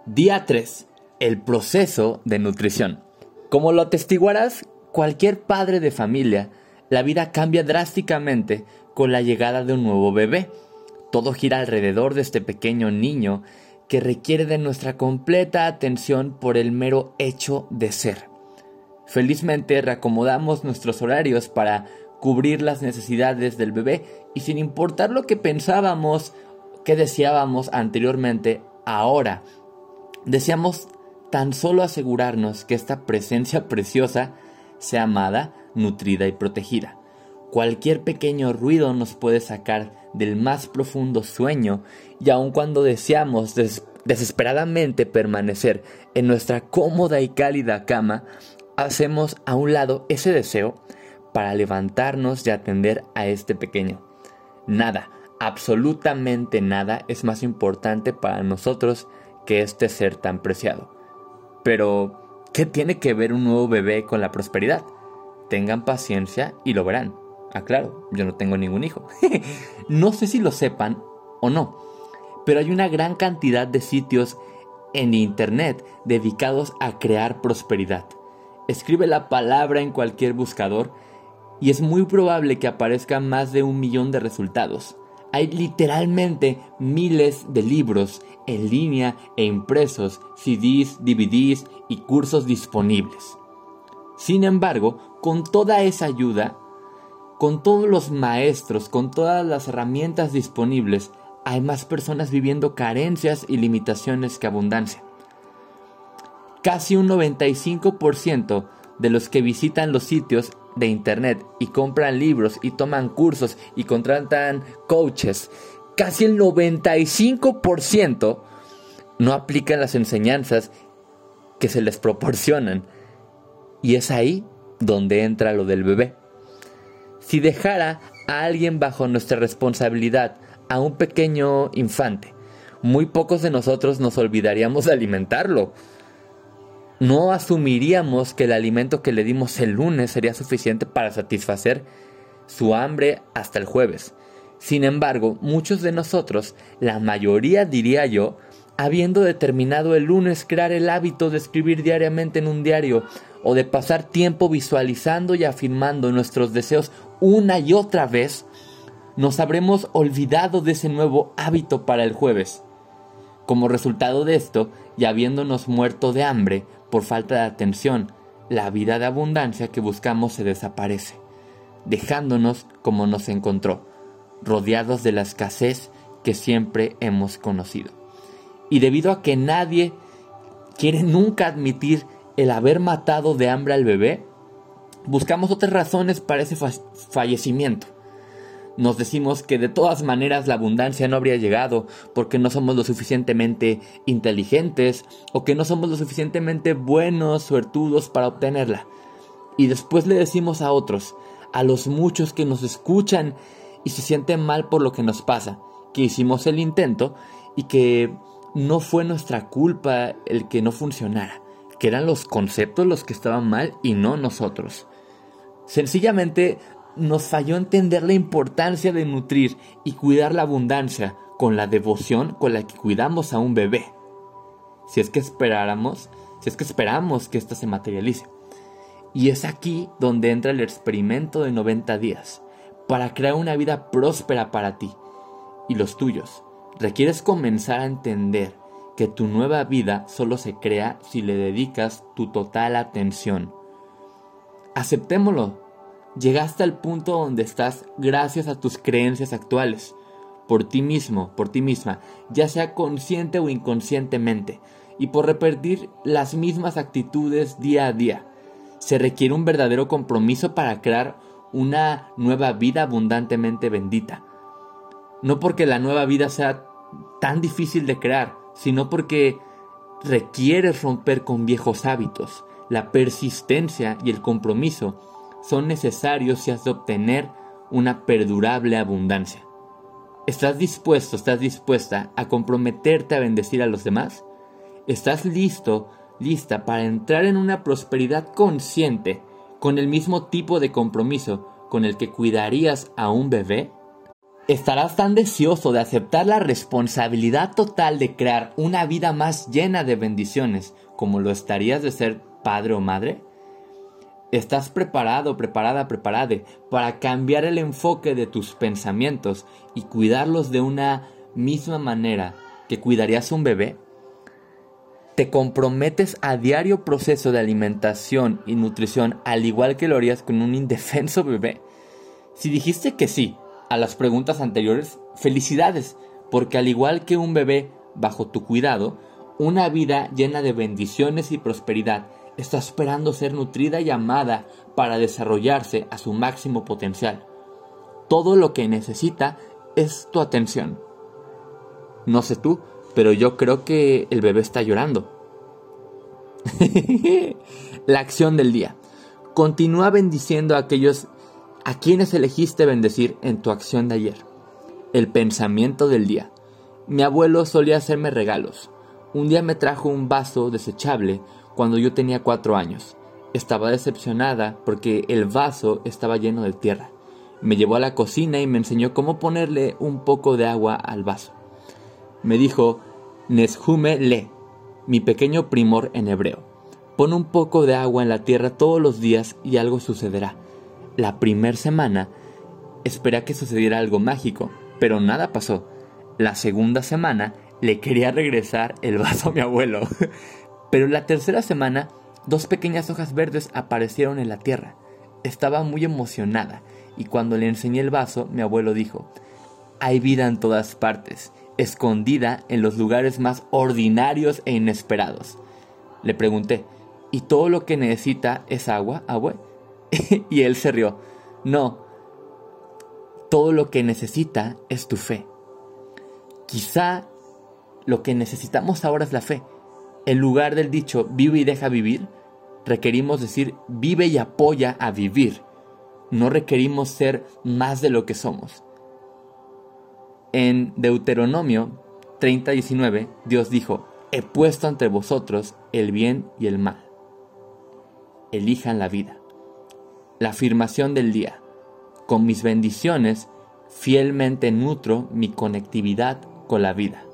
Día 3. El proceso de nutrición. Como lo atestiguarás cualquier padre de familia, la vida cambia drásticamente con la llegada de un nuevo bebé. Todo gira alrededor de este pequeño niño que requiere de nuestra completa atención por el mero hecho de ser. Felizmente reacomodamos nuestros horarios para cubrir las necesidades del bebé y sin importar lo que pensábamos, que deseábamos anteriormente, ahora deseamos tan solo asegurarnos que esta presencia preciosa sea amada, nutrida y protegida. Cualquier pequeño ruido nos puede sacar del más profundo sueño y aun cuando deseamos desesperadamente permanecer en nuestra cómoda y cálida cama, hacemos a un lado ese deseo para levantarnos y atender a este pequeño. Nada, absolutamente nada es más importante para nosotros que este ser tan preciado. Pero, ¿qué tiene que ver un nuevo bebé con la prosperidad? Tengan paciencia y lo verán. Claro, yo no tengo ningún hijo. No sé si lo sepan o no, pero hay una gran cantidad de sitios en internet dedicados a crear prosperidad. Escribe la palabra en cualquier buscador y es muy probable que aparezcan más de 1 millón de resultados. Hay literalmente miles de libros en línea e impresos, CDs, DVDs y cursos disponibles. Sin embargo, con toda esa ayuda, con todos los maestros, con todas las herramientas disponibles, hay más personas viviendo carencias y limitaciones que abundancia. Casi un 95% de los que visitan los sitios de internet y compran libros y toman cursos y contratan coaches, casi el 95% no aplican las enseñanzas que se les proporcionan. Y es ahí donde entra lo del bebé. Si dejara a alguien bajo nuestra responsabilidad, a un pequeño infante, muy pocos de nosotros nos olvidaríamos de alimentarlo. No asumiríamos que el alimento que le dimos el lunes sería suficiente para satisfacer su hambre hasta el jueves. Sin embargo, muchos de nosotros, la mayoría diría yo, habiendo determinado el lunes crear el hábito de escribir diariamente en un diario o de pasar tiempo visualizando y afirmando nuestros deseos una y otra vez, nos habremos olvidado de ese nuevo hábito para el jueves. Como resultado de esto, y habiéndonos muerto de hambre por falta de atención, la vida de abundancia que buscamos se desaparece, dejándonos como nos encontró, rodeados de la escasez que siempre hemos conocido. Y debido a que nadie quiere nunca admitir el haber matado de hambre al bebé, buscamos otras razones para ese fallecimiento. Nos decimos que de todas maneras la abundancia no habría llegado porque no somos lo suficientemente inteligentes o que no somos lo suficientemente buenos, suertudos para obtenerla. Y después le decimos a otros, a los muchos que nos escuchan y se sienten mal por lo que nos pasa, que hicimos el intento y que no fue nuestra culpa el que no funcionara, que eran los conceptos los que estaban mal y no nosotros. Sencillamente nos falló entender la importancia de nutrir y cuidar la abundancia con la devoción con la que cuidamos a un bebé. Si es que esperamos que ésta se materialice. Y es aquí donde entra el experimento de 90 días, para crear una vida próspera para ti y los tuyos. Requieres comenzar a entender que tu nueva vida solo se crea si le dedicas tu total atención. Aceptémoslo. Llegaste al punto donde estás gracias a tus creencias actuales, por ti mismo, por ti misma, ya sea consciente o inconscientemente, y por repetir las mismas actitudes día a día. Se requiere un verdadero compromiso para crear una nueva vida abundantemente bendita. No porque la nueva vida sea tan difícil de crear, sino porque requieres romper con viejos hábitos. La persistencia y el compromiso son necesarios si has de obtener una perdurable abundancia. ¿Estás dispuesto, estás dispuesta a comprometerte a bendecir a los demás? ¿Estás listo, lista para entrar en una prosperidad consciente con el mismo tipo de compromiso con el que cuidarías a un bebé? Estarás tan deseoso de aceptar la responsabilidad total de crear una vida más llena de bendiciones como lo estarías de ser padre o madre. ¿Estás preparado, preparada para cambiar el enfoque de tus pensamientos y cuidarlos de una misma manera que cuidarías un bebé? ¿Te comprometes a diario proceso de alimentación y nutrición al igual que lo harías con un indefenso bebé? Si dijiste que sí a las preguntas anteriores, felicidades, porque al igual que un bebé bajo tu cuidado, una vida llena de bendiciones y prosperidad está esperando ser nutrida y amada para desarrollarse a su máximo potencial. Todo lo que necesita es tu atención. No sé tú, pero yo creo que el bebé está llorando. La acción del día. Continúa bendiciendo a aquellos a quienes elegiste bendecir en tu acción de ayer. El pensamiento del día. Mi abuelo solía hacerme regalos. Un día me trajo un vaso desechable cuando yo tenía 4 años. Estaba decepcionada porque el vaso estaba lleno de tierra. Me llevó a la cocina y me enseñó cómo ponerle un poco de agua al vaso. Me dijo, Neshume le, mi pequeño primor en hebreo. Pon un poco de agua en la tierra todos los días y algo sucederá. La primera semana esperé a que sucediera algo mágico, pero nada pasó. La segunda semana le quería regresar el vaso a mi abuelo. Pero la tercera semana, 2 pequeñas hojas verdes aparecieron en la tierra. Estaba muy emocionada y cuando le enseñé el vaso, mi abuelo dijo, hay vida en todas partes, escondida en los lugares más ordinarios e inesperados. Le pregunté, ¿y todo lo que necesita es agua, abue? Y él se rió. No, todo lo que necesita es tu fe. Quizá lo que necesitamos ahora es la fe. En lugar del dicho vive y deja vivir, requerimos decir vive y apoya a vivir. No requerimos ser más de lo que somos. En Deuteronomio 30:19, Dios dijo, he puesto entre vosotros el bien y el mal. Elijan la vida. La afirmación del día. Con mis bendiciones, fielmente nutro mi conectividad con la vida.